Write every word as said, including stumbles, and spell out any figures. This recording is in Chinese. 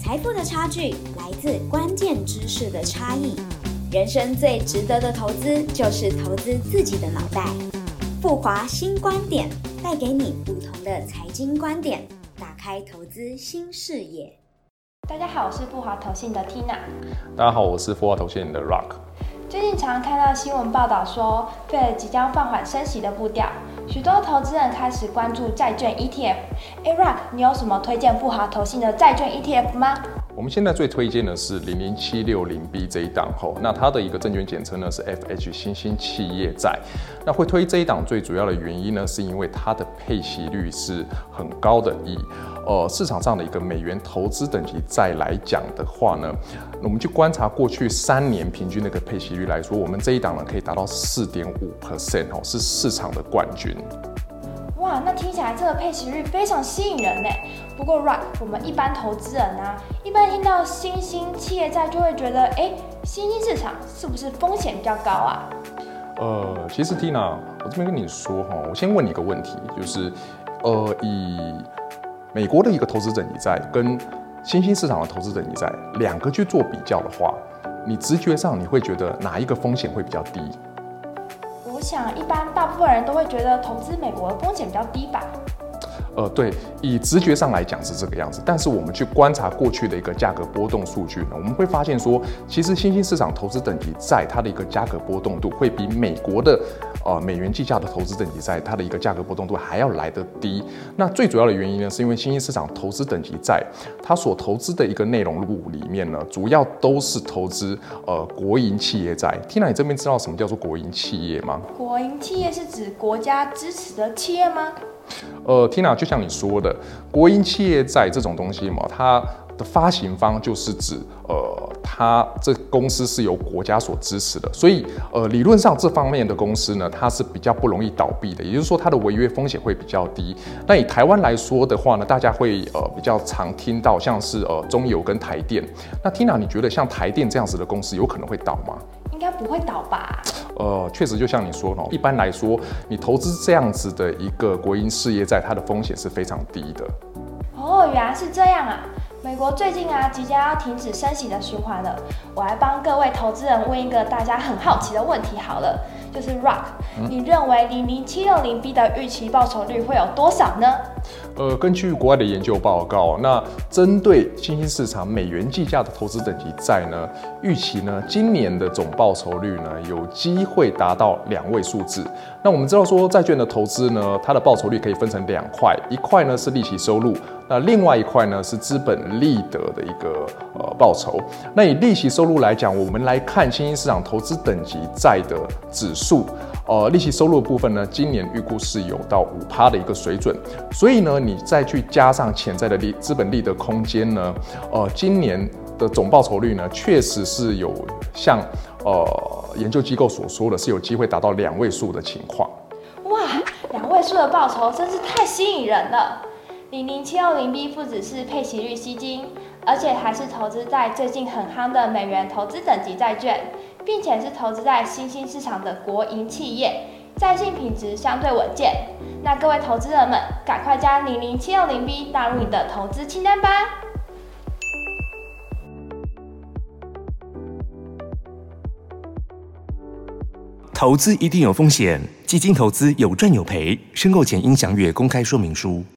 财富的差距来自关键知识的差异。人生最值得的投资就是投资自己的脑袋。富华新观点带给你不同的财经观点，打开投资新视野。 大家好，我是富华投信的 Tina。 大家好，我是富华投信的 Rock。 最近常看到新闻报道说，Fed即将放缓升息的步调，许多投资人开始关注债券 E T F。哎 ，Rock， 你有什么推荐富华投信的债券 E T F 吗？ 我们现在最推荐的是零零七六零 B 这一档吼，那它的一个证券简称呢是 F H 新兴企业债。那会推这一档最主要的原因呢，是因为它的配息率是很高的。以呃市场上的一个美元投资等级债来讲的话呢，我们去观察过去三年平均的一个配息率来说，我们这一档呢可以达到 百分之四点五 哦，是市场的冠军。 哇，那听起来这个配息率非常吸引人呢。不过 Rock， 我们一般投资人啊，一般听到新兴企业债就会觉得，哎，新兴市场是不是风险比较高啊？ 呃，其实 Tina， 我这边跟你说哈，我先问你一个问题，就是，呃，以美国的一个投资等级债跟新兴市场的投资等级债两个去做比较的话，你直觉上你会觉得哪一个风险会比较低？ 我想一般大部分人都会觉得投资美国的风险比较低吧。 呃，对，以直觉上来讲是这个样子，但是我们去观察过去的一个价格波动数据呢，我们会发现说，其实新兴市场投资等级债它的一个价格波动度会比美国的呃美元计价的投资等级债它的一个价格波动度还要来得低。那最主要的原因呢，是因为新兴市场投资等级债它所投资的一个内容物里面呢，主要都是投资呃国营企业债。Tina，你这边知道什么叫做国营企业吗？ 国营企业是指国家支持的企业吗？ 呃 ，Tina， 就像你说的，国营企业债这种东西嘛，它的发行方就是指呃，它这公司是由国家所支持的，所以呃，理论上这方面的公司呢，它是比较不容易倒闭的，也就是说它的违约风险会比较低。那以台湾来说的话呢，大家会呃比较常听到像是呃中油跟台电。那 Tina， 你觉得像台电这样子的公司有可能会倒吗？ 应该不会倒吧？ 呃，确实就像你说的，一般来说，你投资这样子的一个国营事业债，它的风险是非常低的。 哦，原来是这样啊！美国最近啊，即将要停止升息的循环了。我来帮各位投资人问一个大家很好奇的问题好了，就是 Rock，、嗯、你认为零零七六零 B 的预期报酬率会有多少呢？ 呃，根据国外的研究报告，那针对新兴市场美元计价的投资等级债呢，预期呢今年的总报酬率呢有机会达到两位数字。那我们知道说债券的投资呢，它的报酬率可以分成两块，一块呢是利息收入，那另外一块呢是资本利得的一个呃报酬。那以利息收入来讲，我们来看新兴市场投资等级债的指数。呃，利息收入的部分呢，今年预估是有到 百分之五 的一个水准，所以呢，你再去加上潜在的利资本利得空间呢，呃，今年的总报酬率呢，确实是有像呃研究机构所说的是有机会达到两位数的情况。 哇，两位数的报酬真是太吸引人了！零零七六零 B 不只是配息率吸金，而且还是投资在最近很夯的美元投资等级债券。并且是投资在新兴市场的国营企业，债性品质相对稳健。那各位投资人们，赶快将零零七六零 B 纳入你的投资清单吧。 投资一定有风险，基金投资有赚有赔，申购前应详阅公开说明书。